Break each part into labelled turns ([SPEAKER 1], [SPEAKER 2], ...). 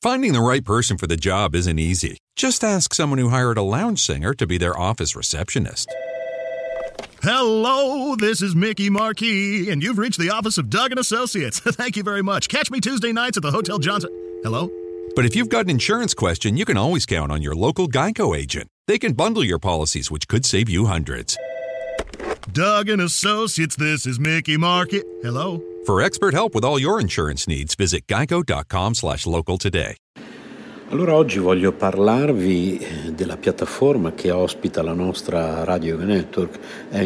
[SPEAKER 1] Finding the right person for the job isn't easy. Just ask someone who hired a lounge singer to be their office receptionist.
[SPEAKER 2] Hello, this is Mickey Marquis, and you've reached the office of Doug & Associates. Thank you very much. Catch me Tuesday nights at the Hotel Johnson. Hello?
[SPEAKER 1] But if you've got an insurance question, you can always count on your local Geico agent. They can bundle your policies, which could save you hundreds.
[SPEAKER 2] Doug & Associates, this is Mickey Marquis. Hello?
[SPEAKER 1] For expert help with all your insurance needs, visit geico.com/local today.
[SPEAKER 3] Allora oggi voglio parlarvi della piattaforma che ospita la nostra Radio Network,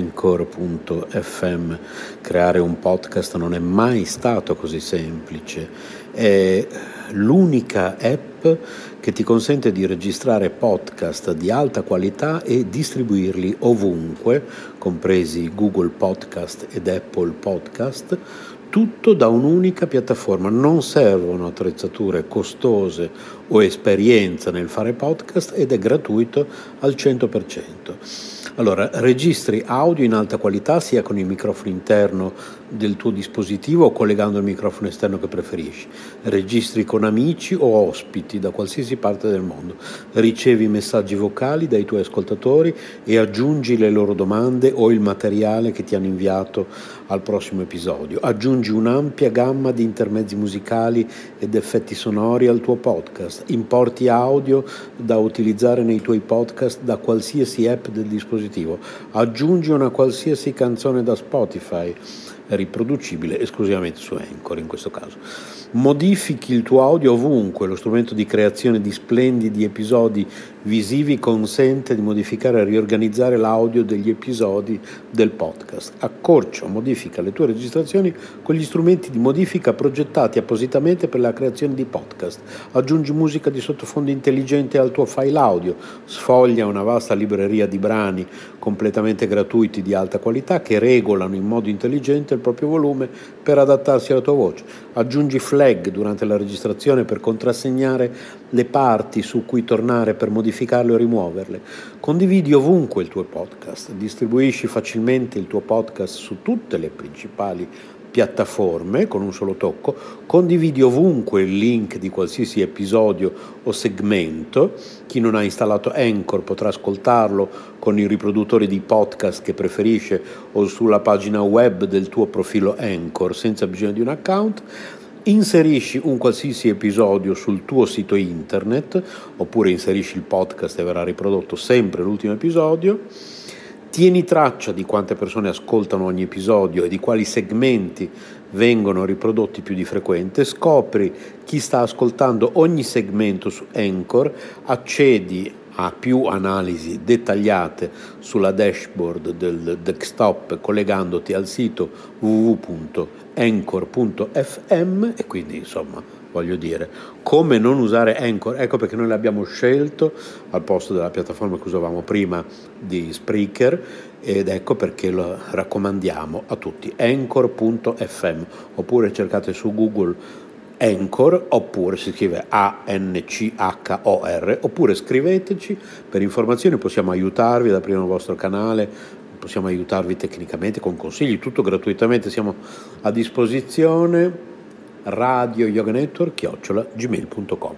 [SPEAKER 3] Anchor.fm. Creare un podcast non è mai stato così semplice. È l'unica app che ti consente di registrare podcast di alta qualità e distribuirli ovunque, compresi Google Podcast ed Apple Podcast, tutto da un'unica piattaforma. Non servono attrezzature costose o esperienza nel fare podcast ed è gratuito al 100%. Allora, registri audio in alta qualità sia con il microfono interno del tuo dispositivo o collegando il microfono esterno che preferisci. Registri con amici o ospiti da qualsiasi parte del mondo. Ricevi messaggi vocali dai tuoi ascoltatori e aggiungi le loro domande o il materiale che ti hanno inviato al prossimo episodio. Aggiungi un'ampia gamma di intermezzi musicali ed effetti sonori al tuo podcast. Importi audio da utilizzare nei tuoi podcast da qualsiasi app del dispositivo. Aggiungi una qualsiasi canzone da Spotify, riproducibile esclusivamente su Anchor in questo caso. Modifichi il tuo audio ovunque. Lo strumento di creazione di splendidi episodi visivi consente di modificare e riorganizzare l'audio degli episodi del podcast. Accorcia o modifica le tue registrazioni con gli strumenti di modifica progettati appositamente per la creazione di podcast. Aggiungi musica di sottofondo intelligente al tuo file audio. Sfoglia una vasta libreria di brani completamente gratuiti di alta qualità che regolano in modo intelligente il proprio volume per adattarsi alla tua voce. Aggiungi flag durante la registrazione per contrassegnare le parti su cui tornare per modificarle o rimuoverle. Condividi ovunque il tuo podcast. Distribuisci facilmente il tuo podcast su tutte le principali piattaforme con un solo tocco. Condividi ovunque il link di qualsiasi episodio o segmento. Chi non ha installato Anchor potrà ascoltarlo con i riproduttori di podcast che preferisce o sulla pagina web del tuo profilo Anchor senza bisogno di un account. Inserisci un qualsiasi episodio sul tuo sito internet oppure inserisci il podcast e verrà riprodotto sempre l'ultimo episodio. Tieni traccia di quante persone ascoltano ogni episodio e di quali segmenti vengono riprodotti più di frequente. Scopri chi sta ascoltando ogni segmento su Anchor, accedi a più analisi dettagliate sulla dashboard del desktop collegandoti al sito www.anchor.fm e quindi insomma voglio dire come non usare Anchor. Ecco perché noi l'abbiamo scelto al posto della piattaforma che usavamo prima di Spreaker ed ecco perché lo raccomandiamo a tutti. Anchor.fm oppure cercate su Google Anchor oppure si scrive Anchor oppure scriveteci per informazioni, possiamo aiutarvi ad aprire il vostro canale, possiamo aiutarvi tecnicamente con consigli, tutto gratuitamente, siamo a disposizione. Radio Yoga Network @gmail.com.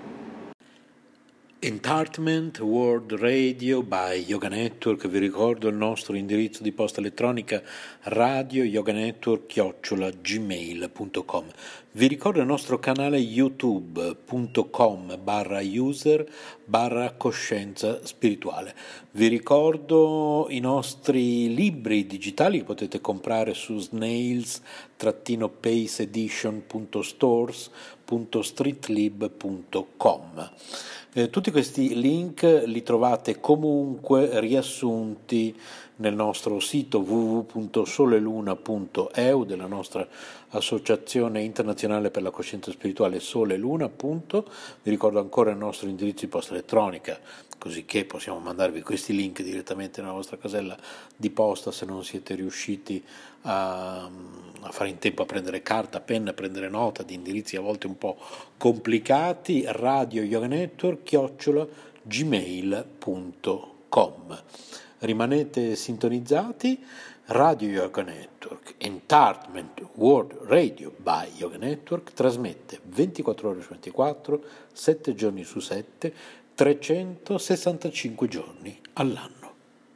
[SPEAKER 3] Entertainment World Radio by Yoga Network. Vi ricordo il nostro indirizzo di posta elettronica radioyoganetwork@gmail.com. Vi ricordo il nostro canale youtube.com/user/coscienza spirituale. Vi ricordo i nostri libri digitali che potete comprare su snails-paceedition.stores.streetlib.com. Tutti questi link li trovate comunque riassunti nel nostro sito www.soleluna.eu della nostra associazione internazionale per la coscienza spirituale Sole Luna. Vi ricordo ancora il nostro indirizzo di posta elettronica, così che possiamo mandarvi questi link direttamente nella vostra casella di posta se non siete riusciti a fare in tempo a prendere carta, penna, a prendere nota di indirizzi a volte un po' complicati. Radio Yoga Network @gmail.com. Rimanete sintonizzati. Radio Yoga Network, Entertainment World Radio by Yoga Network, trasmette 24 ore su 24, 7 giorni su 7, 365 giorni all'anno.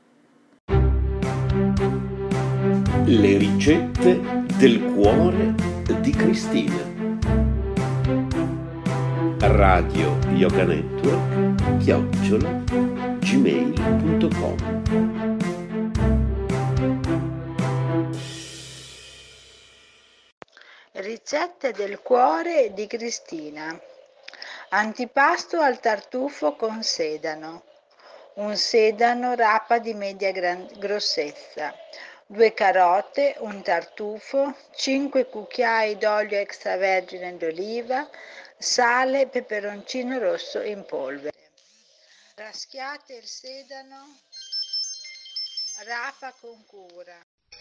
[SPEAKER 3] Le ricette del cuore di Cristina. Radio Yoga Network @gmail.com.
[SPEAKER 4] Ricette del cuore di Cristina. Antipasto al tartufo con sedano. Un sedano rapa di media grossezza, 2 carote, un tartufo, 5 cucchiai d'olio extravergine d'oliva, sale, peperoncino rosso in polvere. Raschiate il sedano, rapa con cura.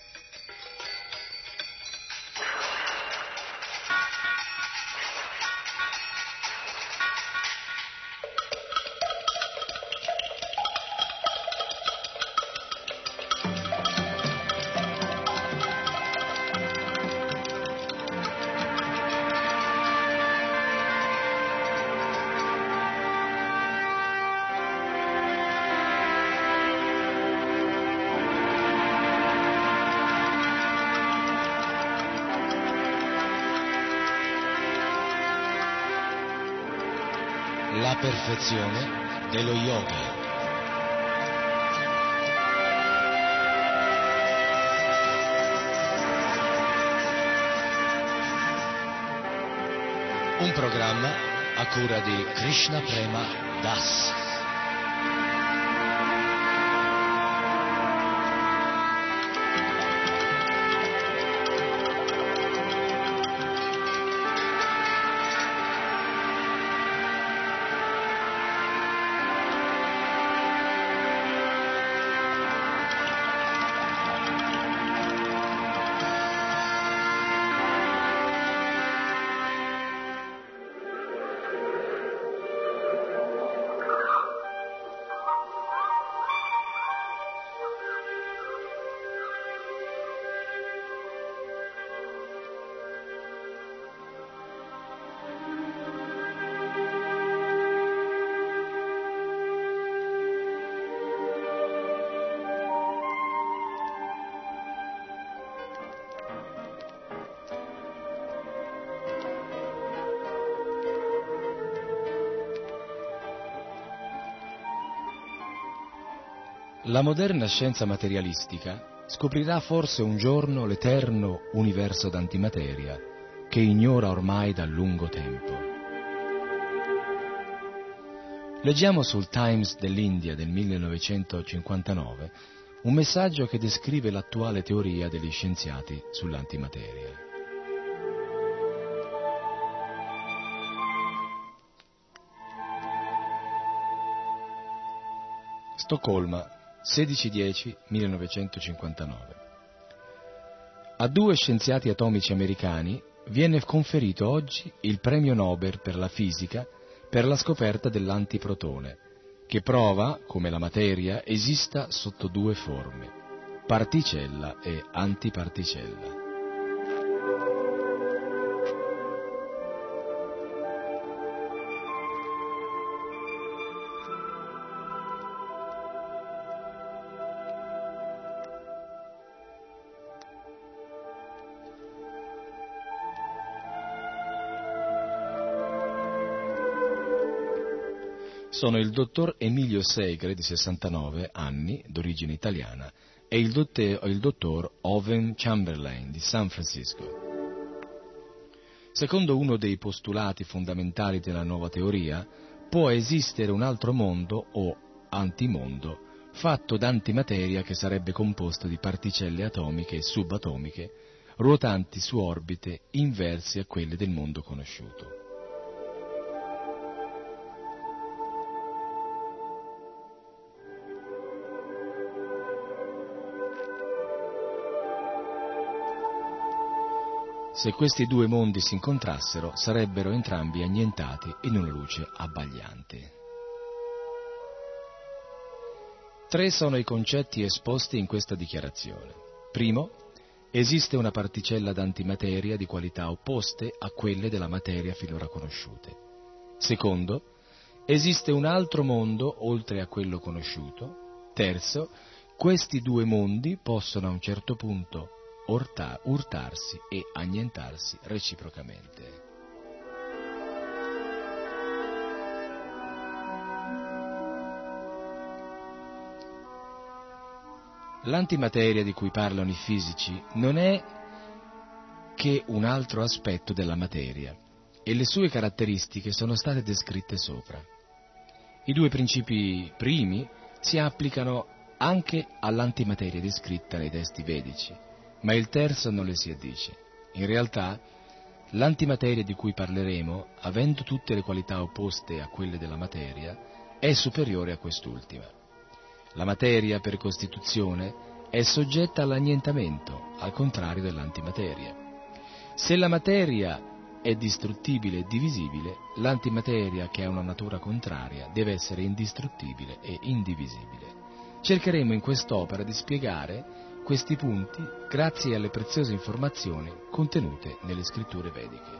[SPEAKER 5] La perfezione dello yoga. Un programma a cura di Krishna Prema Das. La moderna scienza materialistica scoprirà forse un giorno l'eterno universo d'antimateria che ignora ormai da lungo tempo. Leggiamo sul Times dell'India del 1959 un messaggio che descrive l'attuale teoria degli scienziati sull'antimateria. Stoccolma, 16/10/1959. A 2 scienziati atomici americani viene conferito oggi il premio Nobel per la fisica per la scoperta dell'antiprotone, che prova come la materia esista sotto 2 forme, particella e antiparticella. Sono il dottor Emilio Segre, di 69 anni, d'origine italiana, e il dottor Owen Chamberlain, di San Francisco. Secondo uno dei postulati fondamentali della nuova teoria, può esistere un altro mondo o antimondo fatto d'antimateria che sarebbe composto di particelle atomiche e subatomiche ruotanti su orbite inverse a quelle del mondo conosciuto. Se questi 2 mondi si incontrassero, sarebbero entrambi annientati in una luce abbagliante. 3 sono i concetti esposti in questa dichiarazione. Primo, esiste una particella d'antimateria di qualità opposte a quelle della materia finora conosciute. Secondo, esiste un altro mondo oltre a quello conosciuto. Terzo, questi 2 mondi possono a un certo punto urtarsi e annientarsi reciprocamente. L'antimateria di cui parlano i fisici non è che un altro aspetto della materia e le sue caratteristiche sono state descritte sopra. I 2 principi primi si applicano anche all'antimateria descritta nei testi vedici, ma il terzo non le si addice. In realtà, l'antimateria di cui parleremo, avendo tutte le qualità opposte a quelle della materia, è superiore a quest'ultima. La materia, per costituzione, è soggetta all'annientamento, al contrario dell'antimateria. Se la materia è distruttibile e divisibile, l'antimateria, che ha una natura contraria, deve essere indistruttibile e indivisibile. Cercheremo in quest'opera di spiegare questi punti grazie alle preziose informazioni contenute nelle scritture vediche.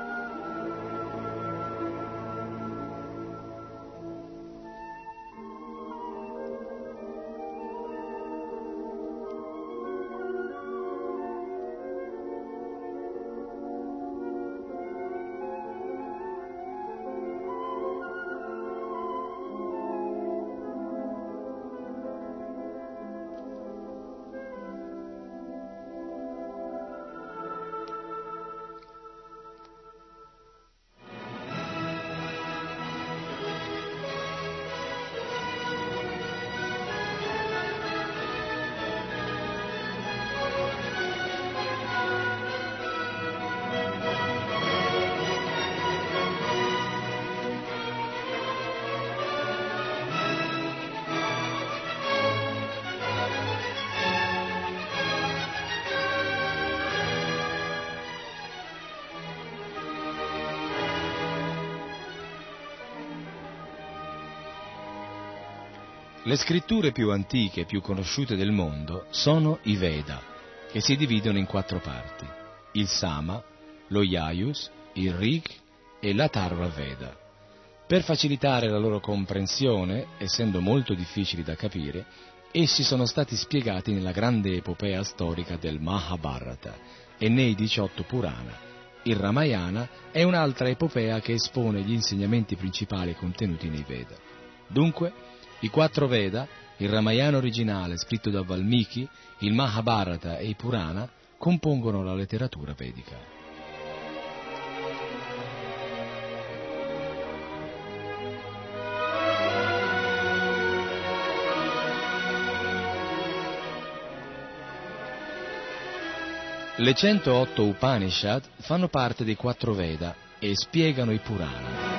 [SPEAKER 5] Le scritture più antiche e più conosciute del mondo sono i Veda, che si dividono in 4 parti: il Sama, lo Yajus, il Rig e l'Atharva Veda. Per facilitare la loro comprensione, essendo molto difficili da capire, essi sono stati spiegati nella grande epopea storica del Mahabharata e nei 18 Purana. Il Ramayana è un'altra epopea che espone gli insegnamenti principali contenuti nei Veda. Dunque, i 4 Veda, il Ramayana originale scritto da Valmiki, il Mahabharata e i Purana compongono la letteratura vedica. Le 108 Upanishad fanno parte dei 4 Veda e spiegano i Purana.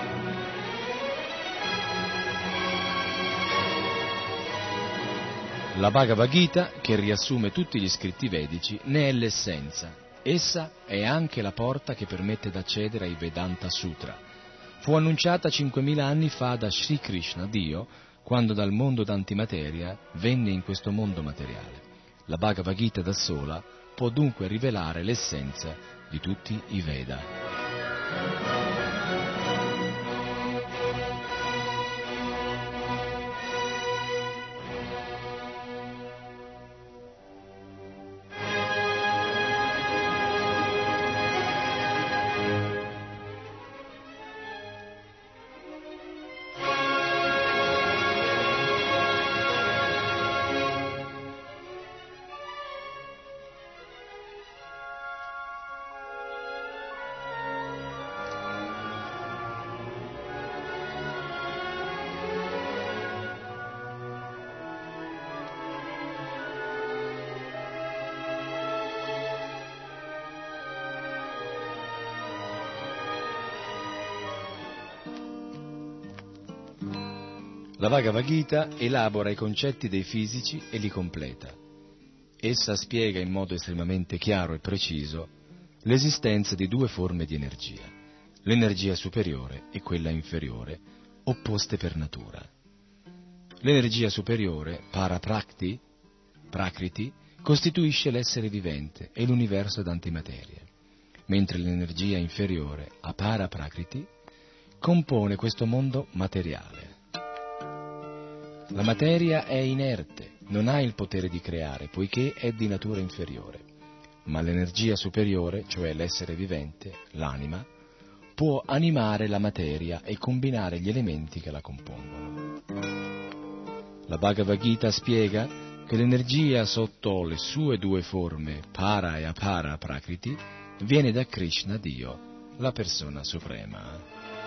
[SPEAKER 5] La Bhagavad Gita, che riassume tutti gli scritti vedici, ne è l'essenza. Essa è anche la porta che permette d'accedere ai Vedanta Sutra. Fu annunciata 5000 anni fa da Sri Krishna, Dio, quando dal mondo d'antimateria venne in questo mondo materiale. La Bhagavad Gita da sola può dunque rivelare l'essenza di tutti i Veda. La Bhagavad Gita elabora i concetti dei fisici e li completa. Essa spiega in modo estremamente chiaro e preciso l'esistenza di 2 forme di energia, l'energia superiore e quella inferiore, opposte per natura. L'energia superiore, prakriti, costituisce l'essere vivente e l'universo d'antimateria, mentre l'energia inferiore, aparaprakriti, compone questo mondo materiale. La materia è inerte, non ha il potere di creare, poiché è di natura inferiore, ma l'energia superiore, cioè l'essere vivente, l'anima, può animare la materia e combinare gli elementi che la compongono. La Bhagavad Gita spiega che l'energia sotto le sue due forme, para e apara prakriti, viene da Krishna Dio, la persona suprema.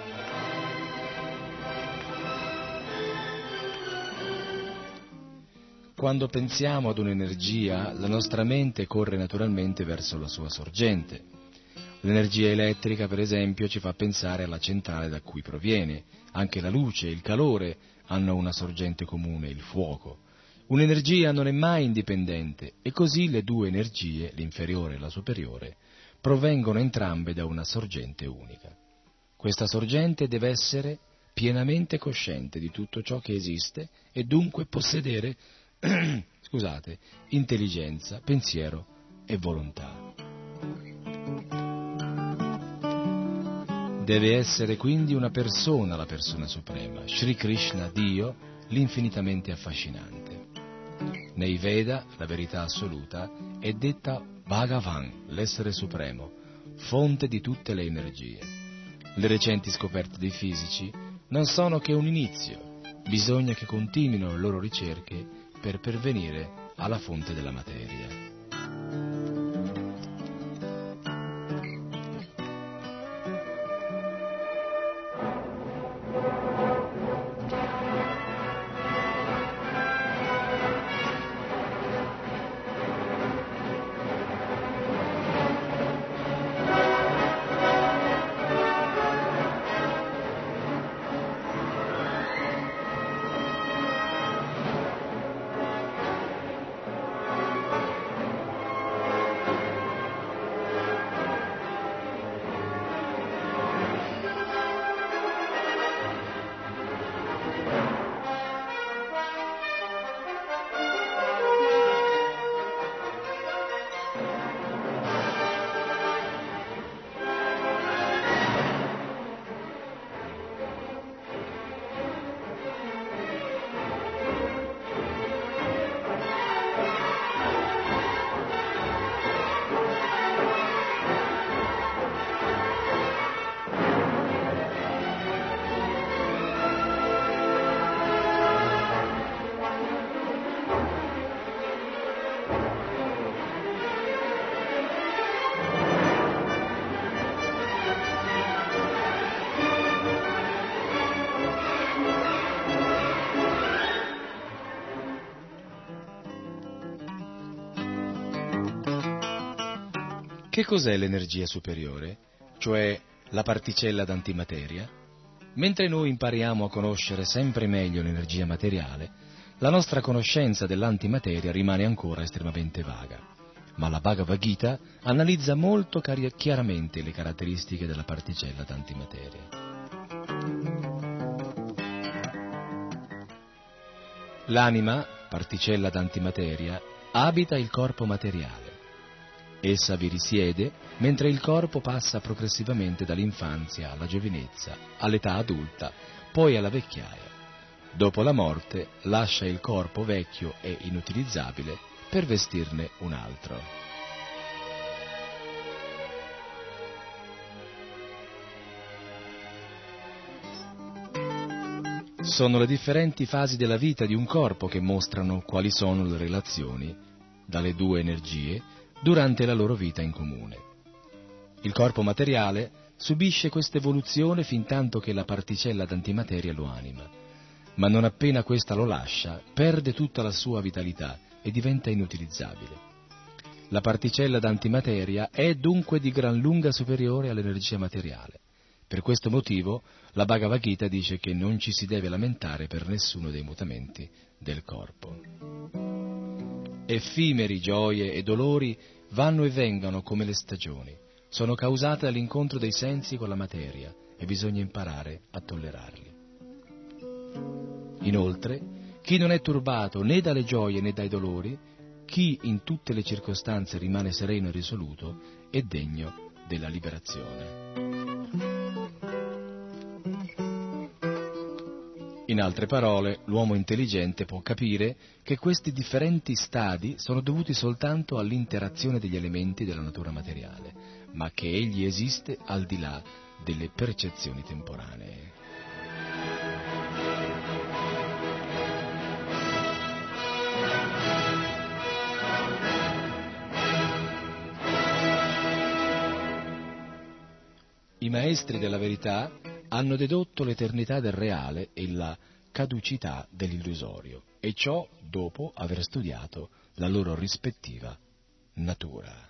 [SPEAKER 5] Quando pensiamo ad un'energia, la nostra mente corre naturalmente verso la sua sorgente. L'energia elettrica, per esempio, ci fa pensare alla centrale da cui proviene. Anche la luce e il calore hanno una sorgente comune, il fuoco. Un'energia non è mai indipendente e così le due energie, l'inferiore e la superiore, provengono entrambe da una sorgente unica. Questa sorgente deve essere pienamente cosciente di tutto ciò che esiste e dunque possedere intelligenza, pensiero e volontà. Deve essere quindi una persona, la persona suprema, Sri Krishna, Dio, l'infinitamente affascinante. Nei Veda, la verità assoluta è detta Bhagavan, l'essere supremo, fonte di tutte le energie. Le recenti scoperte dei fisici non sono che un inizio, bisogna che continuino le loro ricerche per pervenire alla fonte della materia. Che cos'è l'energia superiore, cioè la particella d'antimateria? Mentre noi impariamo a conoscere sempre meglio l'energia materiale, la nostra conoscenza dell'antimateria rimane ancora estremamente vaga. Ma la Bhagavad Gita analizza molto chiaramente le caratteristiche della particella d'antimateria. L'anima, particella d'antimateria, abita il corpo materiale. Essa vi risiede mentre il corpo passa progressivamente dall'infanzia alla giovinezza, all'età adulta, poi alla vecchiaia. Dopo la morte lascia il corpo vecchio e inutilizzabile per vestirne un altro. Sono le differenti fasi della vita di un corpo che mostrano quali sono le relazioni dalle due energie durante la loro vita in comune. Il corpo materiale subisce questa evoluzione fintanto che la particella d'antimateria lo anima, ma non appena questa lo lascia, perde tutta la sua vitalità e diventa inutilizzabile. La particella d'antimateria è dunque di gran lunga superiore all'energia materiale. Per questo motivo la Bhagavad Gita dice che non ci si deve lamentare per nessuno dei mutamenti del corpo. Effimeri gioie e dolori vanno e vengono come le stagioni, sono causate dall'incontro dei sensi con la materia e bisogna imparare a tollerarli. Inoltre, Chi non è turbato né dalle gioie né dai dolori, chi in tutte le circostanze rimane sereno e risoluto, è degno della liberazione. In altre parole, l'uomo intelligente può capire che questi differenti stadi sono dovuti soltanto all'interazione degli elementi della natura materiale, ma che egli esiste al di là delle percezioni temporanee. I maestri della verità hanno dedotto l'eternità del reale e la caducità dell'illusorio, e ciò dopo aver studiato la loro rispettiva natura.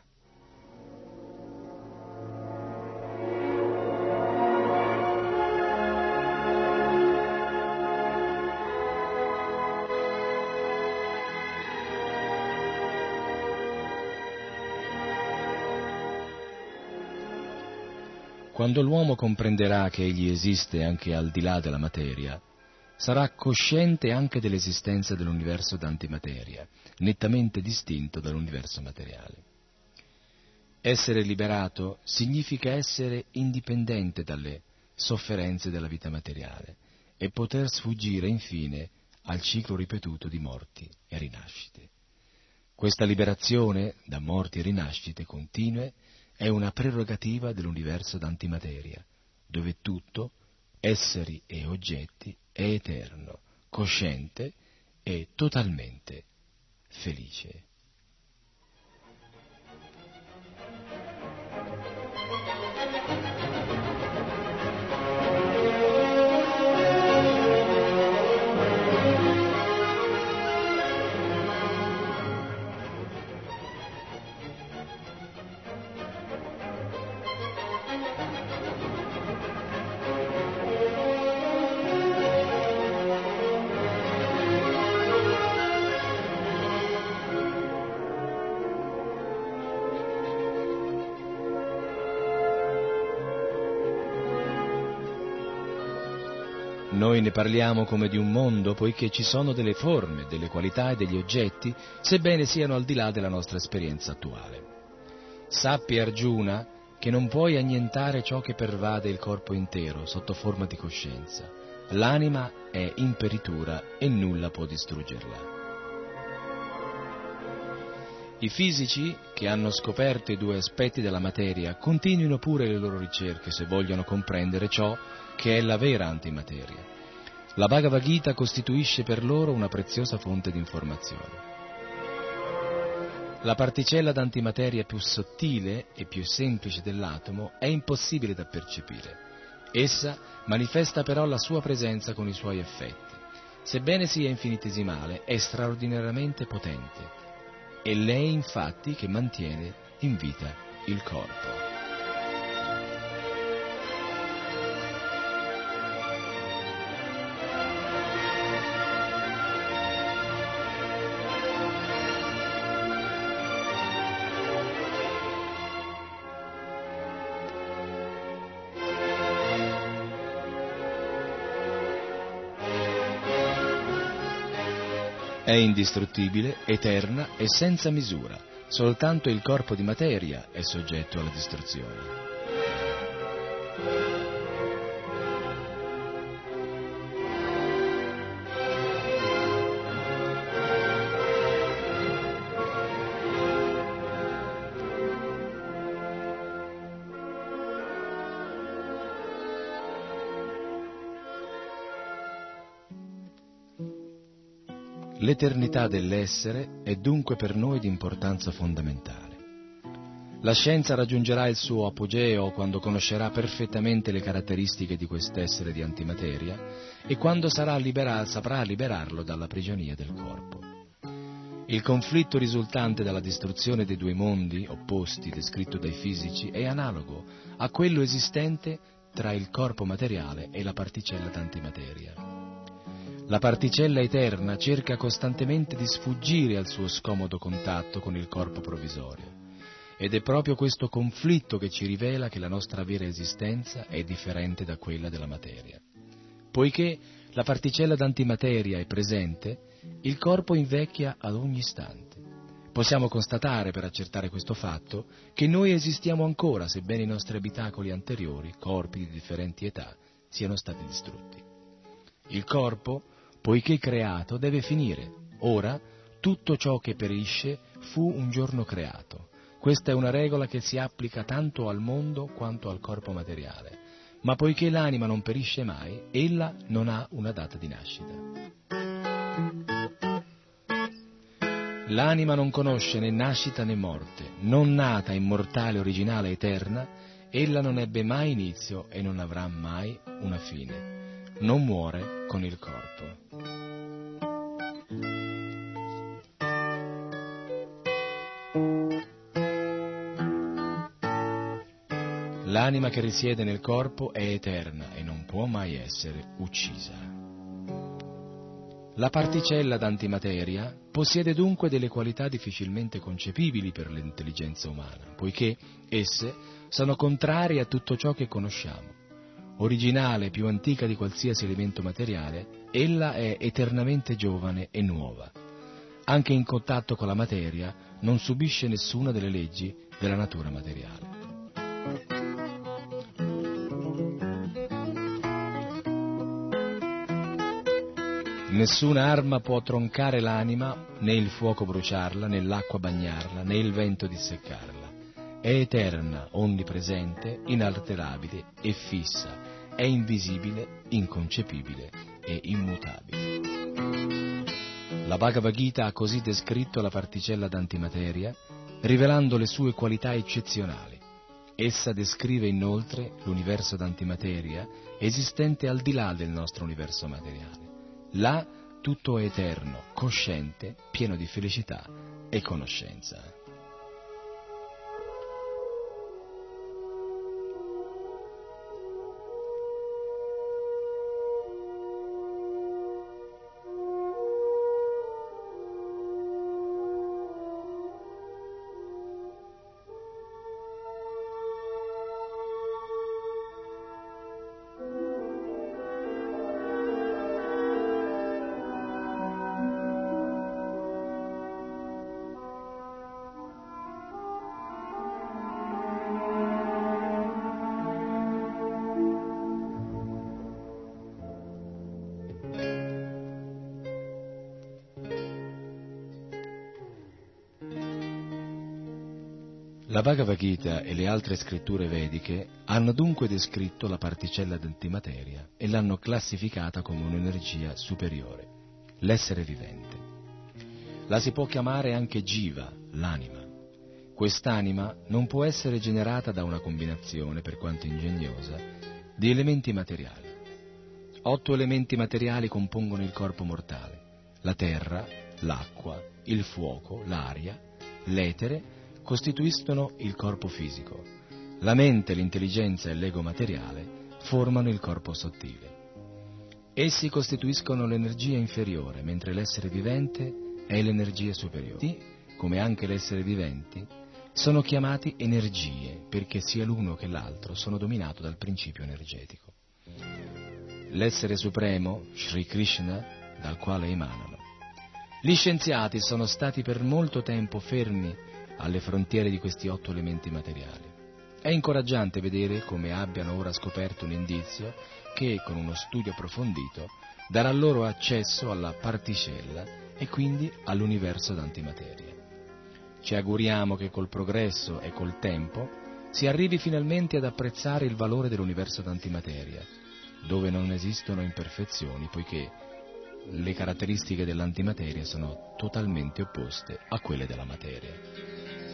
[SPEAKER 5] Quando l'uomo comprenderà che egli esiste anche al di là della materia, sarà cosciente anche dell'esistenza dell'universo d'antimateria, nettamente distinto dall'universo materiale. Essere liberato significa essere indipendente dalle sofferenze della vita materiale e poter sfuggire infine al ciclo ripetuto di morti e rinascite. Questa liberazione da morti e rinascite continue è una prerogativa dell'universo d'antimateria, dove tutto, esseri e oggetti, è eterno, cosciente e totalmente felice. Noi ne parliamo come di un mondo, poiché ci sono delle forme, delle qualità e degli oggetti, sebbene siano al di là della nostra esperienza attuale. Sappi, Arjuna, che non puoi annientare ciò che pervade il corpo intero sotto forma di coscienza. L'anima è imperitura e nulla può distruggerla. I fisici, che hanno scoperto i due aspetti della materia, continuino pure le loro ricerche se vogliono comprendere ciò che è la vera antimateria. La Bhagavad Gita costituisce per loro una preziosa fonte di informazione. La particella d'antimateria più sottile e più semplice dell'atomo è impossibile da percepire. Essa manifesta però la sua presenza con i suoi effetti. Sebbene sia infinitesimale, è straordinariamente potente. È lei infatti che mantiene in vita il corpo. È indistruttibile, eterna e senza misura. Soltanto il corpo di materia è soggetto alla distruzione. L'eternità dell'essere è dunque per noi di importanza fondamentale. La scienza raggiungerà il suo apogeo quando conoscerà perfettamente le caratteristiche di quest'essere di antimateria e quando saprà liberarlo dalla prigionia del corpo. Il conflitto risultante dalla distruzione dei due mondi opposti descritto dai fisici è analogo a quello esistente tra il corpo materiale e la particella d'antimateria. La particella eterna cerca costantemente di sfuggire al suo scomodo contatto con il corpo provvisorio, ed è proprio questo conflitto che ci rivela che la nostra vera esistenza è differente da quella della materia, poiché la particella d'antimateria è presente, il corpo invecchia ad ogni istante. Possiamo constatare, per accertare questo fatto, che noi esistiamo ancora, sebbene i nostri abitacoli anteriori, corpi di differenti età, siano stati distrutti. Il corpo, poiché creato, deve finire. Ora, tutto ciò che perisce fu un giorno creato. Questa è una regola che si applica tanto al mondo quanto al corpo materiale. Ma poiché l'anima non perisce mai, ella non ha una data di nascita. L'anima non conosce né nascita né morte, non nata, immortale, originale, eterna, ella non ebbe mai inizio e non avrà mai una fine. Non muore con il corpo. L'anima che risiede nel corpo è eterna e non può mai essere uccisa. La particella d'antimateria possiede dunque delle qualità difficilmente concepibili per l'intelligenza umana, poiché esse sono contrarie a tutto ciò che conosciamo. Originale, più antica di qualsiasi elemento materiale, ella è eternamente giovane e nuova. Anche in contatto con la materia non subisce nessuna delle leggi della natura materiale. Nessuna arma può troncare l'anima, né il fuoco bruciarla, né l'acqua bagnarla, né il vento disseccarla. È eterna, onnipresente, inalterabile e fissa, è invisibile, inconcepibile e immutabile. La Bhagavad Gita ha così descritto la particella d'antimateria, rivelando le sue qualità eccezionali. Essa descrive inoltre l'universo d'antimateria esistente al di là del nostro universo materiale. Là tutto è eterno, cosciente, pieno di felicità e conoscenza. La Bhagavad Gita e le altre scritture vediche hanno dunque descritto la particella d'antimateria e l'hanno classificata come un'energia superiore, l'essere vivente. La si può chiamare anche Jiva, l'anima. Quest'anima non può essere generata da una combinazione, per quanto ingegnosa, di elementi materiali. 8 elementi materiali compongono il corpo mortale: la terra, l'acqua, il fuoco, l'aria, l'etere, costituiscono il corpo fisico. La mente, l'intelligenza e l'ego materiale formano il corpo sottile. Essi costituiscono l'energia inferiore, mentre l'essere vivente è l'energia superiore. Come anche l'essere viventi, sono chiamati energie, perché sia l'uno che l'altro sono dominati dal principio energetico. L'essere supremo, Sri Krishna, dal quale emanano. Gli scienziati sono stati per molto tempo fermi alle frontiere di questi 8 elementi materiali. È incoraggiante vedere come abbiano ora scoperto un indizio che, con uno studio approfondito, darà loro accesso alla particella e quindi all'universo d'antimateria. Ci auguriamo che col progresso e col tempo si arrivi finalmente ad apprezzare il valore dell'universo d'antimateria, dove non esistono imperfezioni, poiché le caratteristiche dell'antimateria sono totalmente opposte a quelle della materia.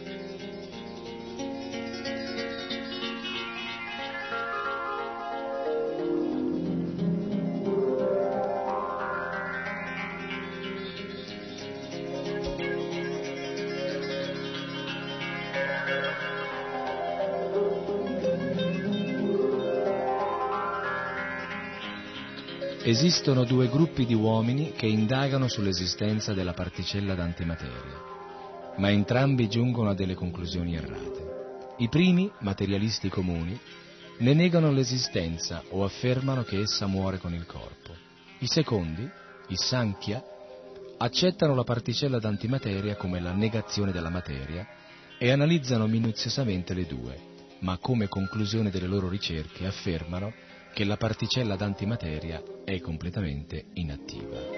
[SPEAKER 5] Esistono 2 gruppi di uomini che indagano sull'esistenza della particella d'antimateria, ma entrambi giungono a delle conclusioni errate. I primi, materialisti comuni, ne negano l'esistenza o affermano che essa muore con il corpo. I secondi, i Sankhya, accettano la particella d'antimateria come la negazione della materia e analizzano minuziosamente le due, ma come conclusione delle loro ricerche affermano che la particella d'antimateria è completamente inattiva.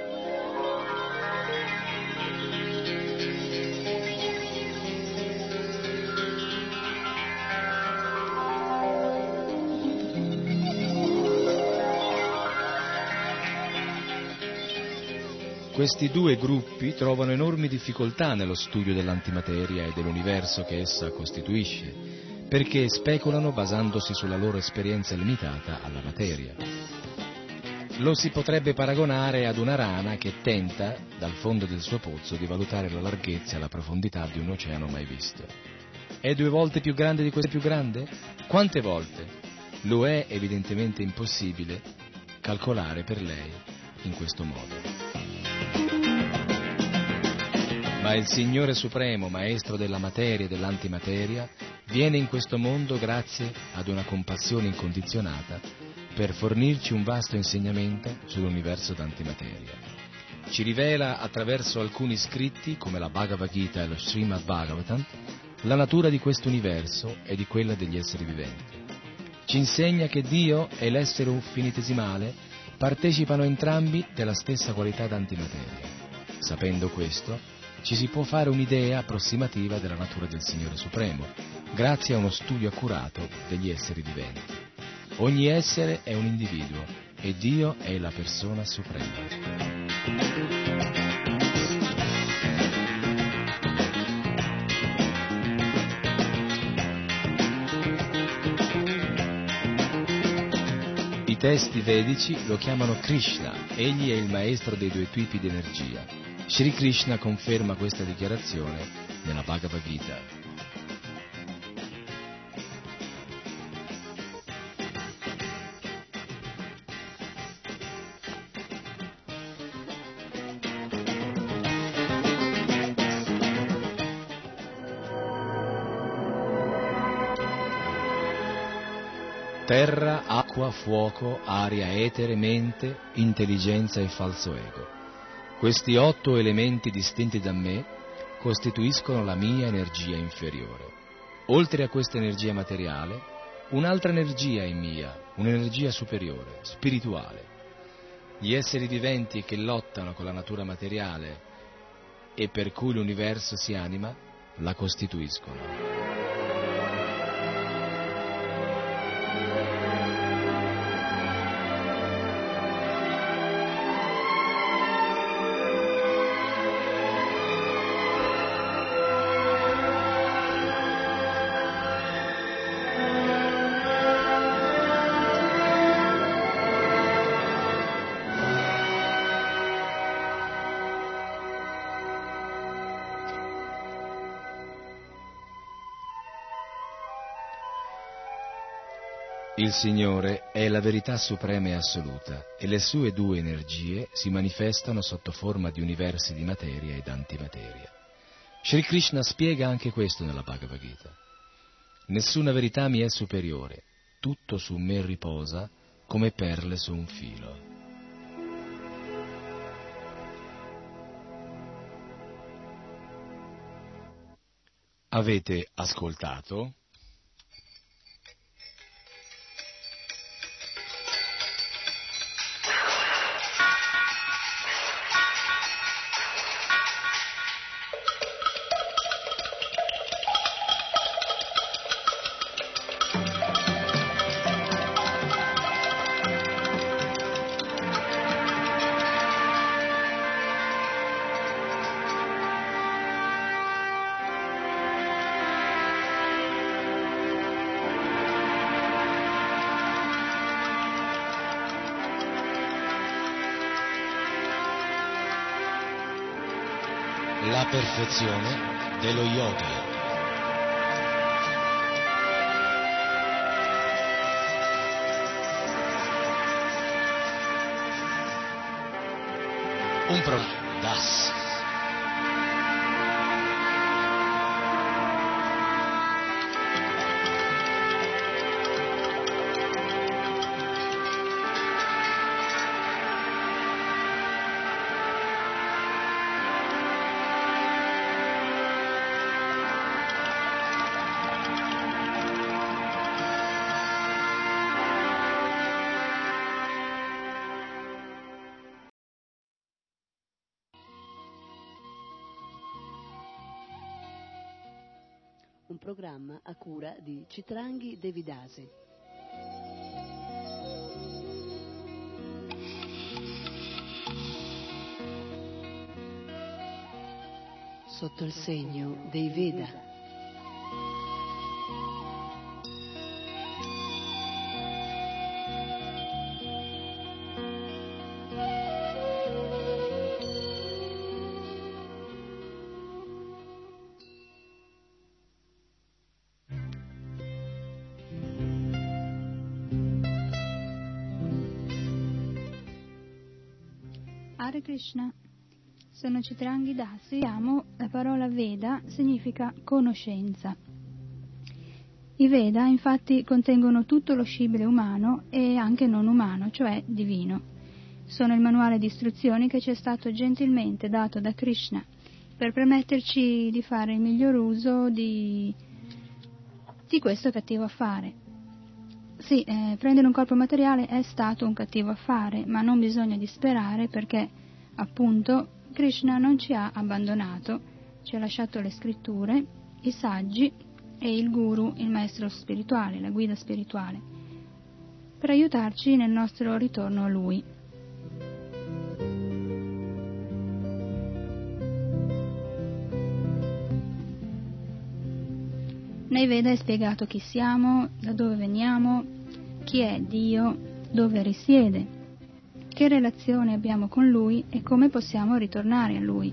[SPEAKER 5] Questi due gruppi trovano enormi difficoltà nello studio dell'antimateria e dell'universo che essa costituisce, perché speculano basandosi sulla loro esperienza limitata alla materia. Lo si potrebbe paragonare ad una rana che tenta, dal fondo del suo pozzo, di valutare la larghezza e la profondità di un oceano mai visto. È 2 volte più grande di questo più grande? Quante volte? Lo è evidentemente impossibile calcolare per lei in questo modo. Ma il Signore Supremo, Maestro della materia e dell'antimateria, viene in questo mondo grazie ad una compassione incondizionata per fornirci un vasto insegnamento sull'universo d'antimateria. Ci rivela attraverso alcuni scritti, come la Bhagavad Gita e lo Srimad Bhagavatam, la natura di questo universo e di quella degli esseri viventi. Ci insegna che Dio e l'essere infinitesimale partecipano entrambi della stessa qualità d'antimateria. Sapendo questo, ci si può fare un'idea approssimativa della natura del Signore Supremo, grazie a uno studio accurato degli esseri viventi. Ogni essere è un individuo e Dio è la persona suprema. I testi vedici lo chiamano Krishna, egli è il maestro dei 2 tipi di energia. Shri Krishna conferma questa dichiarazione nella Bhagavad Gita. Terra, acqua, fuoco, aria, etere, mente, intelligenza e falso ego. Questi 8 elementi distinti da me costituiscono la mia energia inferiore. Oltre a questa energia materiale, un'altra energia è mia, un'energia superiore, spirituale. Gli esseri viventi che lottano con la natura materiale e per cui l'universo si anima, la costituiscono. Il Signore è la verità suprema e assoluta e le sue 2 energie si manifestano sotto forma di universi di materia ed antimateria. Shri Krishna spiega anche questo nella Bhagavad Gita. Nessuna verità mi è superiore, tutto su me riposa come perle su un filo. Avete ascoltato la perfezione dello yoga. Un programma DAS.
[SPEAKER 6] un programma a cura di Citranghi Devidasi. Sotto il segno dei Veda.
[SPEAKER 7] Hare Krishna, sono Citranghi Dasi. La parola Veda significa conoscenza. I Veda infatti contengono tutto lo scibile umano e anche non umano, cioè divino. Sono il manuale di istruzioni che ci è stato gentilmente dato da Krishna per permetterci di fare il miglior uso di questo cattivo affare. Sì, prendere un corpo materiale è stato un cattivo affare, ma non bisogna disperare perché, appunto, Krishna non ci ha abbandonato, ci ha lasciato le scritture, i saggi e il guru, il maestro spirituale, la guida spirituale, per aiutarci nel nostro ritorno a lui. Nei Veda è spiegato chi siamo, da dove veniamo, chi è Dio, dove risiede, che relazione abbiamo con Lui e come possiamo ritornare a Lui.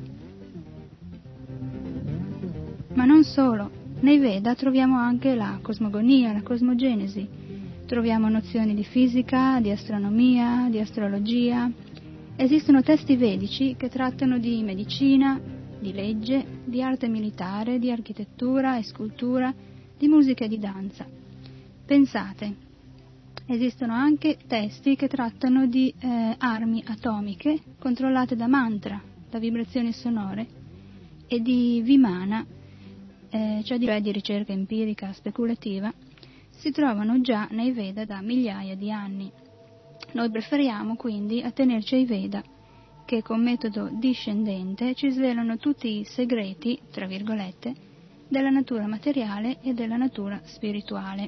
[SPEAKER 7] Ma non solo, nei Veda troviamo anche la cosmogonia, la cosmogenesi, troviamo nozioni di fisica, di astronomia, di astrologia. Esistono testi vedici che trattano di medicina, di legge, di arte militare, di architettura e scultura, di musica e di danza. Pensate, esistono anche testi che trattano di armi atomiche controllate da mantra, da vibrazioni sonore, e di Vimana, cioè di ricerca empirica speculativa, si trovano già nei Veda da migliaia di anni. Noi preferiamo quindi attenerci ai Veda, che con metodo discendente ci svelano tutti i segreti, tra virgolette, della natura materiale e della natura spirituale.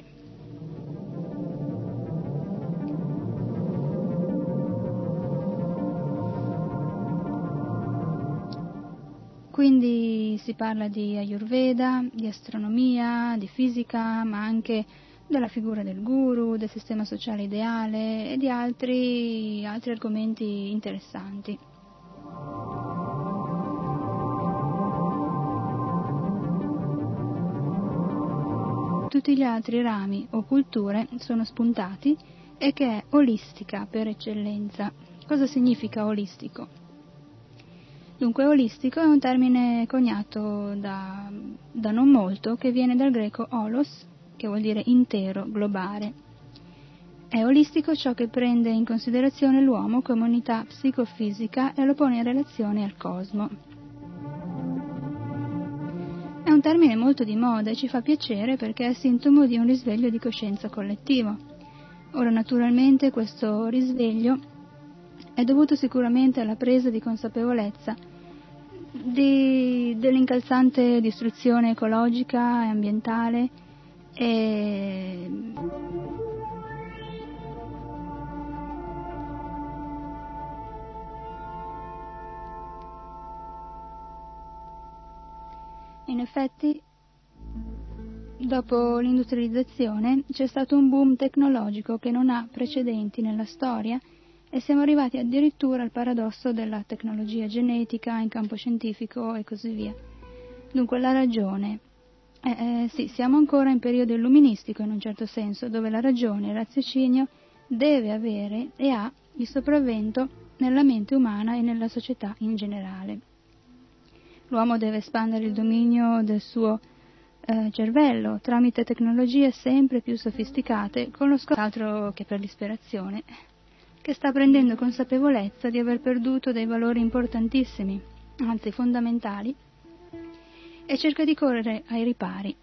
[SPEAKER 7] Quindi si parla di Ayurveda, di astronomia, di fisica, ma anche della figura del guru, del sistema sociale ideale e di altri argomenti interessanti. Tutti gli altri rami o culture sono spuntati e che è olistica per eccellenza. Cosa significa olistico? Dunque, olistico è un termine coniato da non molto, che viene dal greco olos, che vuol dire intero, globale. È olistico ciò che prende in considerazione l'uomo come unità psicofisica e lo pone in relazione al cosmo. È un termine molto di moda e ci fa piacere perché è sintomo di un risveglio di coscienza collettivo. Ora, naturalmente, questo risveglio è dovuto sicuramente alla presa di consapevolezza dell'incalzante distruzione ecologica e ambientale e in effetti, dopo l'industrializzazione c'è stato un boom tecnologico che non ha precedenti nella storia e siamo arrivati addirittura al paradosso della tecnologia genetica in campo scientifico e così via. Dunque la ragione, sì, siamo ancora in periodo illuministico in un certo senso, dove la ragione, il raziocinio, deve avere e ha il sopravvento nella mente umana e nella società in generale. L'uomo deve espandere il dominio del suo cervello tramite tecnologie sempre più sofisticate, con lo scopo altro che per l'ispirazione, che sta prendendo consapevolezza di aver perduto dei valori importantissimi, anzi fondamentali, e cerca di correre ai ripari.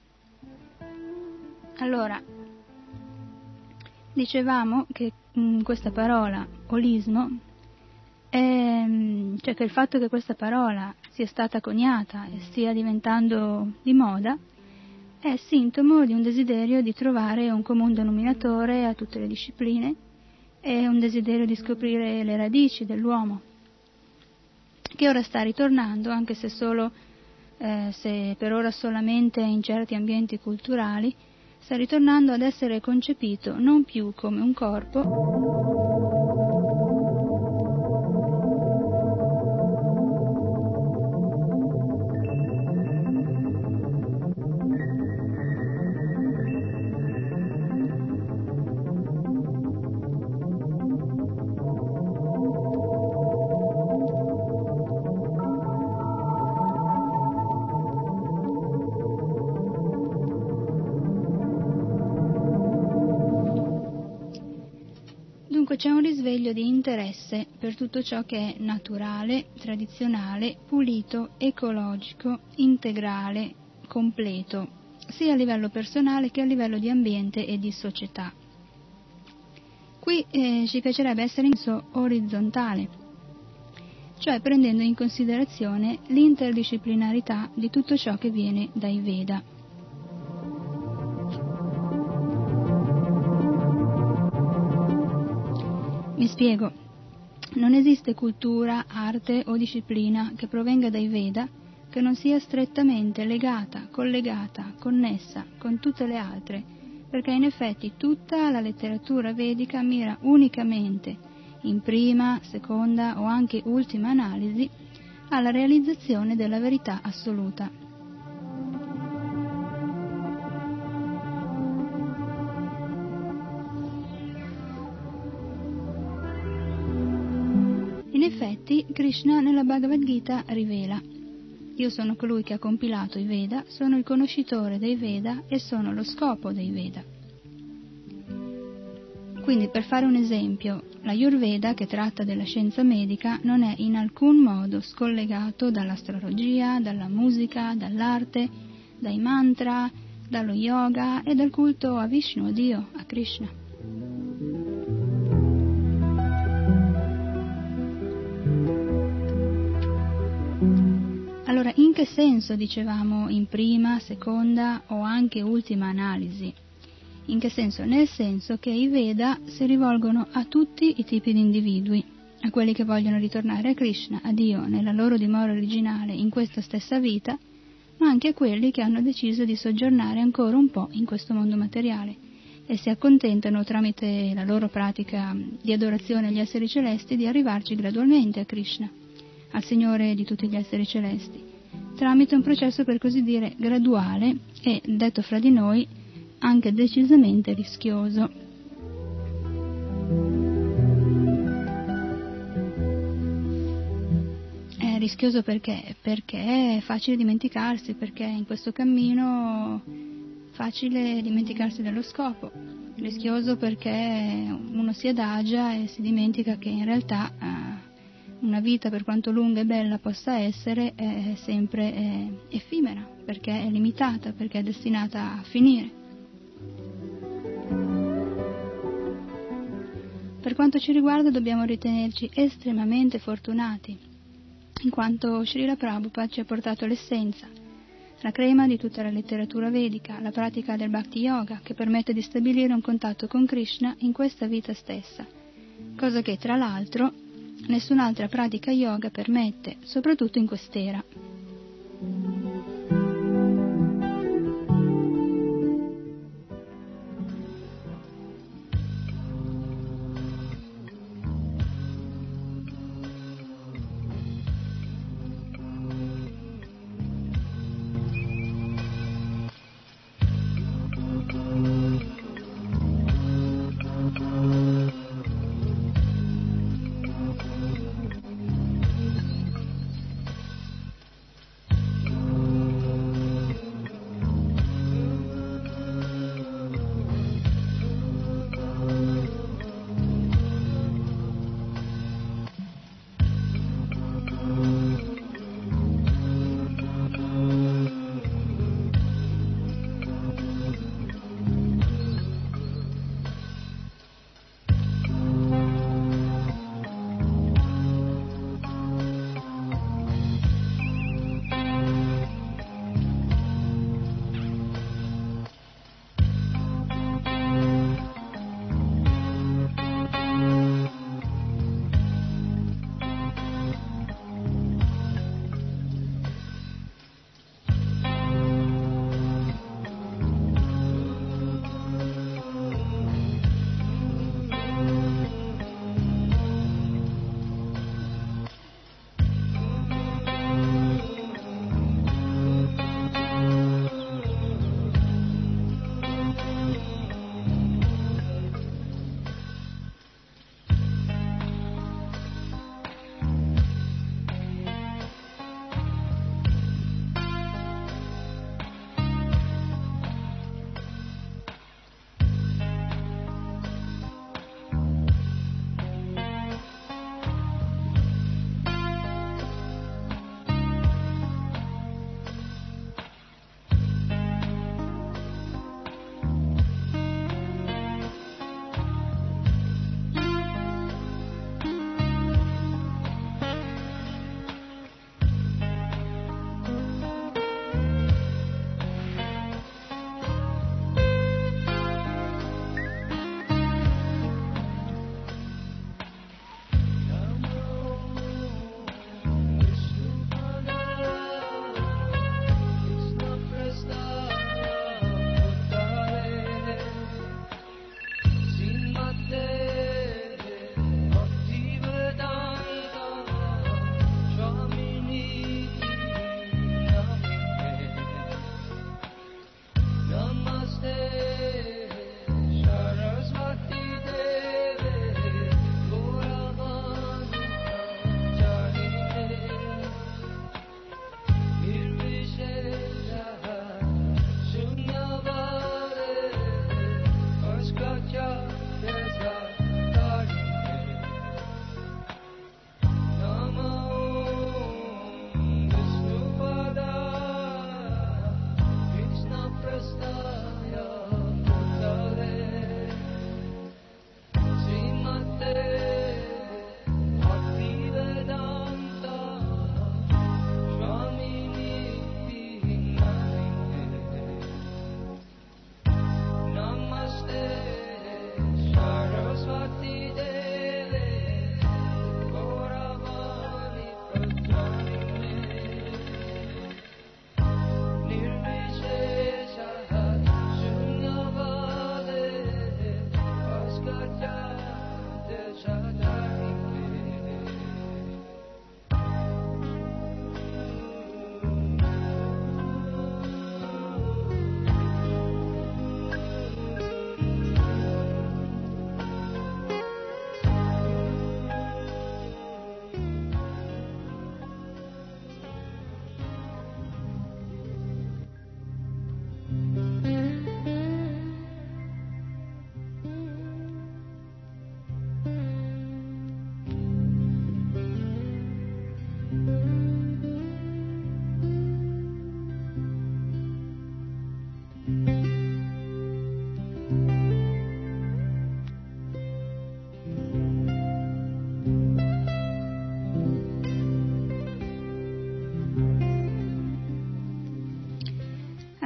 [SPEAKER 7] Allora, dicevamo che questa parola, olismo, cioè che il fatto che questa parola sia stata coniata e stia diventando di moda è sintomo di un desiderio di trovare un comune denominatore a tutte le discipline e un desiderio di scoprire le radici dell'uomo, che ora sta ritornando, anche se se per ora solamente in certi ambienti culturali, sta ritornando ad essere concepito non più come un corpo, c'è un risveglio di interesse per tutto ciò che è naturale, tradizionale, pulito, ecologico, integrale, completo, sia a livello personale che a livello di ambiente e di società. Qui ci piacerebbe essere in senso orizzontale, cioè prendendo in considerazione l'interdisciplinarità di tutto ciò che viene dai Veda. Mi spiego, non esiste cultura, arte o disciplina che provenga dai Veda che non sia strettamente legata, collegata, connessa con tutte le altre, perché in effetti tutta la letteratura vedica mira unicamente, in prima, seconda o anche ultima analisi, alla realizzazione della verità assoluta. In effetti, Krishna nella Bhagavad Gita rivela: io sono colui che ha compilato i Veda, sono il conoscitore dei Veda e sono lo scopo dei Veda. Quindi, per fare un esempio, l'Ayurveda, che tratta della scienza medica, non è in alcun modo scollegato dall'astrologia, dalla musica, dall'arte, dai mantra, dallo yoga e dal culto a Vishnu, a Dio, a Krishna. Allora, in che senso dicevamo in prima, seconda o anche ultima analisi? In che senso? Nel senso che i Veda si rivolgono a tutti i tipi di individui, a quelli che vogliono ritornare a Krishna, a Dio, nella loro dimora originale in questa stessa vita, ma anche a quelli che hanno deciso di soggiornare ancora un po' in questo mondo materiale e si accontentano, tramite la loro pratica di adorazione agli esseri celesti, di arrivarci gradualmente a Krishna, al Signore di tutti gli esseri celesti, tramite un processo per così dire graduale e, detto fra di noi, anche decisamente rischioso. È rischioso perché? Perché è facile dimenticarsi, perché in questo cammino è facile dimenticarsi dello scopo. Rischioso perché uno si adagia e si dimentica che in realtà una vita, per quanto lunga e bella possa essere, è sempre effimera, perché è limitata, perché è destinata a finire. Per quanto ci riguarda dobbiamo ritenerci estremamente fortunati, in quanto Srila Prabhupada ci ha portato l'essenza, la crema di tutta la letteratura vedica, la pratica del Bhakti Yoga, che permette di stabilire un contatto con Krishna in questa vita stessa, cosa che, tra l'altro, nessun'altra pratica yoga permette, soprattutto in quest'era.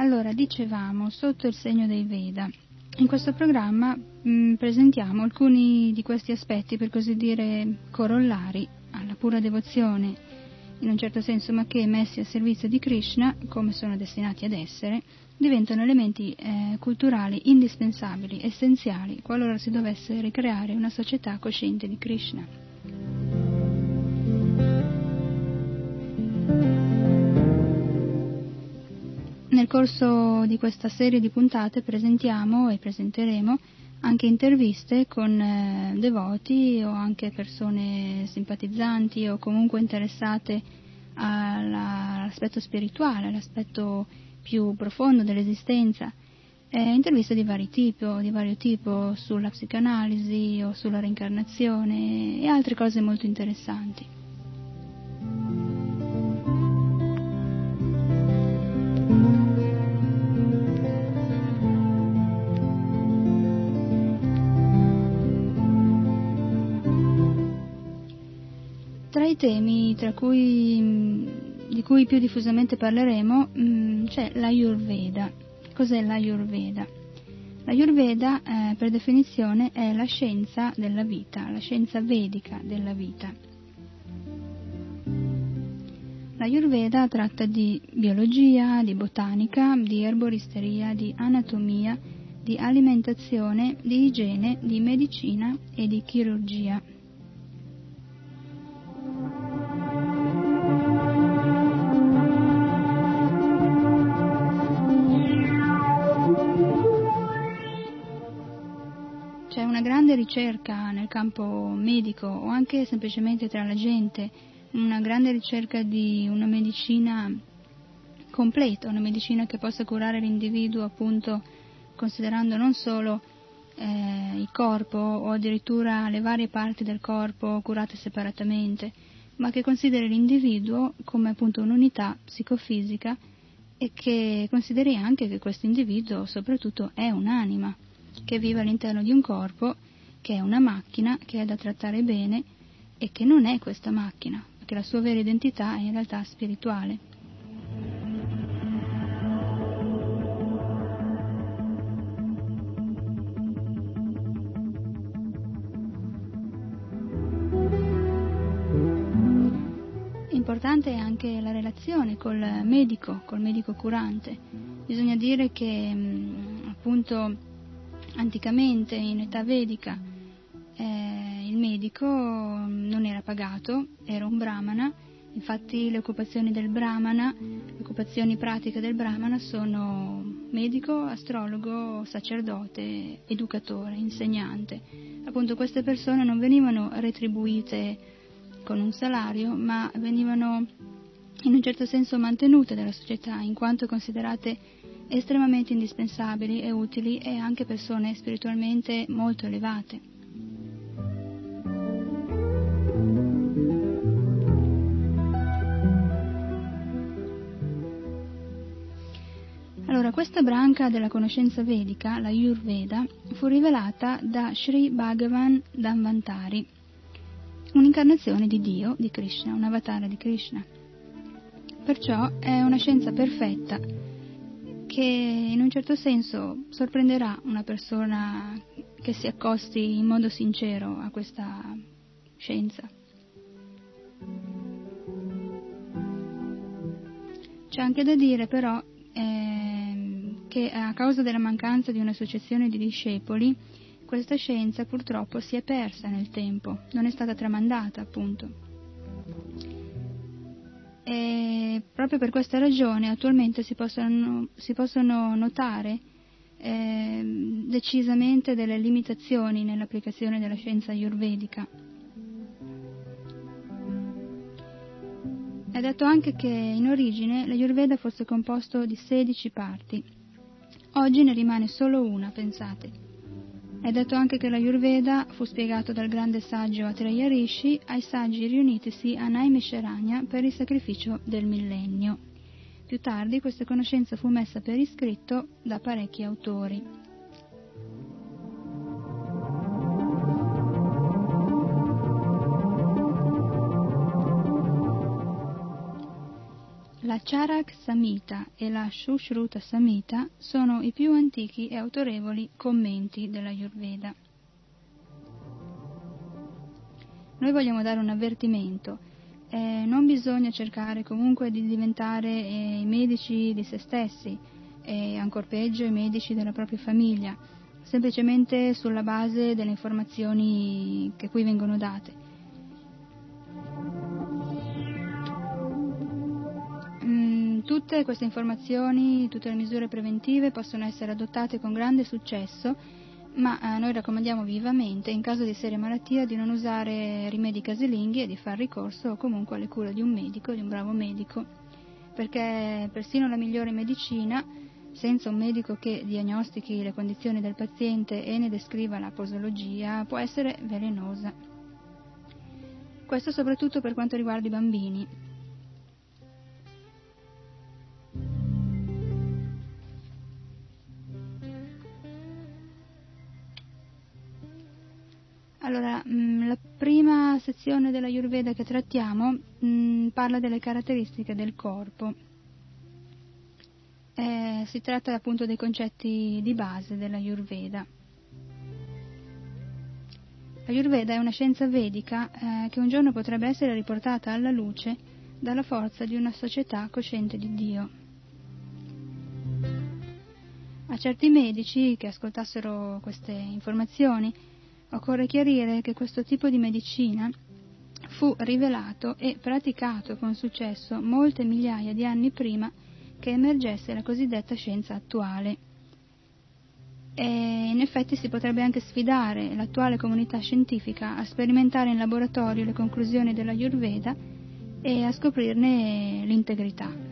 [SPEAKER 7] Allora, dicevamo, sotto il segno dei Veda. In questo programma presentiamo alcuni di questi aspetti, per così dire, corollari alla pura devozione, in un certo senso, ma che messi a servizio di Krishna, come sono destinati ad essere, diventano elementi culturali indispensabili, essenziali, qualora si dovesse ricreare una società cosciente di Krishna. Nel corso di questa serie di puntate presentiamo e presenteremo anche interviste con devoti o anche persone simpatizzanti o comunque interessate all'aspetto spirituale, all'aspetto più profondo dell'esistenza, interviste di vario tipo sulla psicanalisi o sulla reincarnazione e altre cose molto interessanti. Tra i temi di cui più diffusamente parleremo c'è l'Ayurveda. Cos'è l'Ayurveda? L'Ayurveda, per definizione, è la scienza della vita, la scienza vedica della vita. L'Ayurveda tratta di biologia, di botanica, di erboristeria, di anatomia, di alimentazione, di igiene, di medicina e di chirurgia. C'è una grande ricerca nel campo medico o anche semplicemente tra la gente, una grande ricerca di una medicina completa, una medicina che possa curare l'individuo appunto considerando non solo il corpo o addirittura le varie parti del corpo curate separatamente, ma che consideri l'individuo come appunto un'unità psicofisica e che consideri anche che questo individuo soprattutto è un'anima che vive all'interno di un corpo, che è una macchina, che è da trattare bene e che non è questa macchina, perché la sua vera identità è in realtà spirituale. Importante è anche la relazione col medico curante. Bisogna dire che appunto anticamente, in età vedica, il medico non era pagato, era un brahmana. Infatti le occupazioni del brahmana, le occupazioni pratiche del brahmana sono medico, astrologo, sacerdote, educatore, insegnante. Appunto queste persone non venivano retribuite con un salario, ma venivano in un certo senso mantenute dalla società, in quanto considerate estremamente indispensabili e utili e anche persone spiritualmente molto elevate. Allora, questa branca della conoscenza vedica, la Ayurveda, fu rivelata da Sri Bhagavan Dhanvantari, un'incarnazione di Dio, di Krishna, un avatar di Krishna. Perciò è una scienza perfetta che in un certo senso sorprenderà una persona che si accosti in modo sincero a questa scienza. C'è anche da dire però che a causa della mancanza di un'associazione di discepoli questa scienza purtroppo si è persa nel tempo, non è stata tramandata appunto. E proprio per questa ragione attualmente si possono notare decisamente delle limitazioni nell'applicazione della scienza ayurvedica. È detto anche che in origine l'Ayurveda fosse composto di 16 parti. Oggi ne rimane solo una, pensate. È detto anche che l'Ayurveda fu spiegato dal grande saggio Atreya Rishi ai saggi riunitisi a Naimisharanya per il sacrificio del millennio. Più tardi questa conoscenza fu messa per iscritto da parecchi autori. La Charak Samhita e la Sushruta Samhita sono i più antichi e autorevoli commenti dell'Ayurveda. Noi vogliamo dare un avvertimento: non bisogna cercare comunque di diventare i medici di se stessi e ancor peggio i medici della propria famiglia, semplicemente sulla base delle informazioni che qui vengono date. Tutte queste informazioni, tutte le misure preventive possono essere adottate con grande successo, ma noi raccomandiamo vivamente, in caso di seria malattia, di non usare rimedi casalinghi e di far ricorso comunque alle cure di un medico, di un bravo medico, perché persino la migliore medicina, senza un medico che diagnostichi le condizioni del paziente e ne descriva la posologia, può essere velenosa. Questo soprattutto per quanto riguarda i bambini. Allora, la prima sezione dell'Ayurveda che trattiamo parla delle caratteristiche del corpo. Si tratta appunto dei concetti di base dell'Ayurveda. L'Ayurveda è una scienza vedica che un giorno potrebbe essere riportata alla luce dalla forza di una società cosciente di Dio. A certi medici che ascoltassero queste informazioni occorre chiarire che questo tipo di medicina fu rivelato e praticato con successo molte migliaia di anni prima che emergesse la cosiddetta scienza attuale. E in effetti si potrebbe anche sfidare l'attuale comunità scientifica a sperimentare in laboratorio le conclusioni dell'Ayurveda e a scoprirne l'integrità.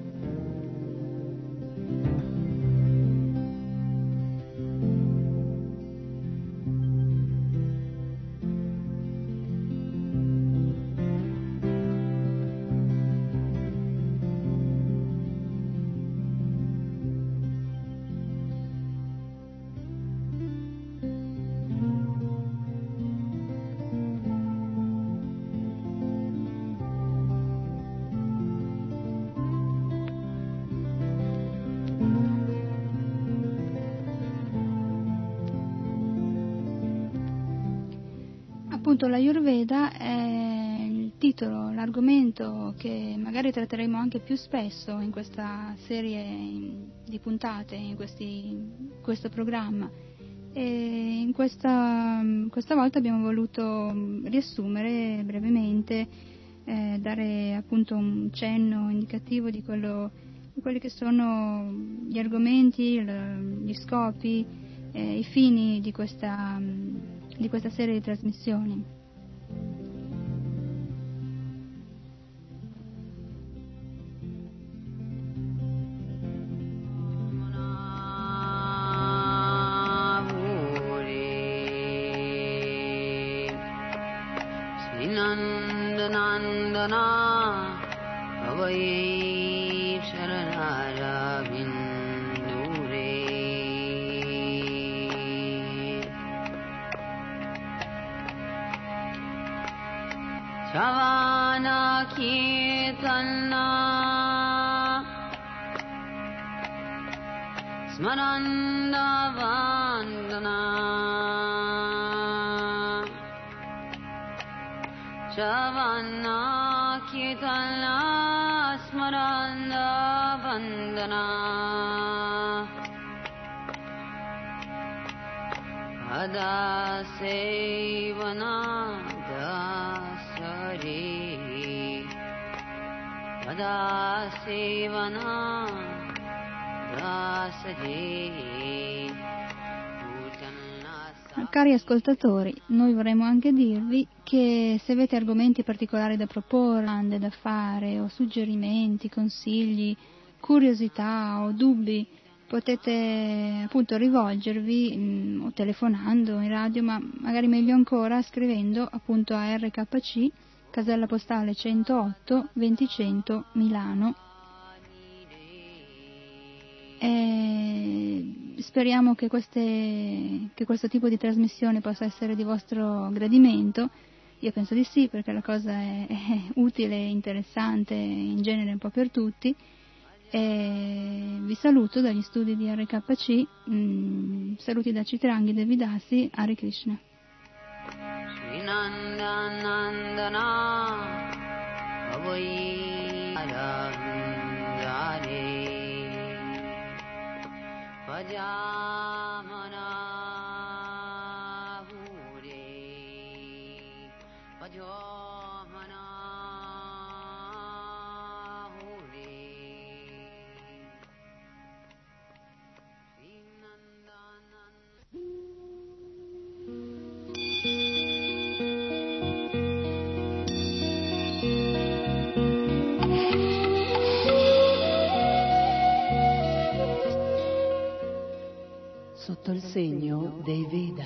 [SPEAKER 7] Appunto l'Ayurveda è il titolo, l'argomento che magari tratteremo anche più spesso in questa serie di puntate, in questo programma. E questa volta abbiamo voluto riassumere brevemente, dare appunto un cenno indicativo di quelli che sono gli argomenti, gli scopi, i fini di questa serie di trasmissioni.
[SPEAKER 8] Nandana Avai Sharanara Vindure Shavana Kirtana Smaranda Vandana Shavana Kirtana Smaranda Vandana Ada Sevana Dasari Ada Sevana Dasari.
[SPEAKER 7] Cari ascoltatori, noi vorremmo anche dirvi che se avete argomenti particolari da proporre, domande da fare o suggerimenti, consigli, curiosità o dubbi, potete appunto rivolgervi o telefonando in radio, ma magari meglio ancora scrivendo appunto a RKC, casella postale 108 20100 Milano. Speriamo che questo tipo di trasmissione possa essere di vostro gradimento Io penso di sì, perché la cosa è utile e interessante, in genere un po' per tutti. E vi saluto dagli studi di RKC, saluti da Chitrangi Devidasi, Hare Krishna.
[SPEAKER 8] Srinandanandana avai arandane Pajamana hure Pajamana hure
[SPEAKER 6] Sotto il segno dei Veda.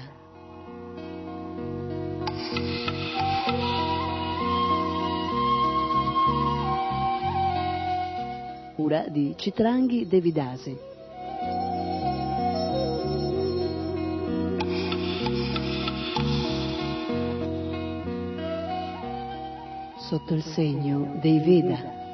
[SPEAKER 6] Cura di Chitrangi Devidasi. Sotto il segno dei Veda.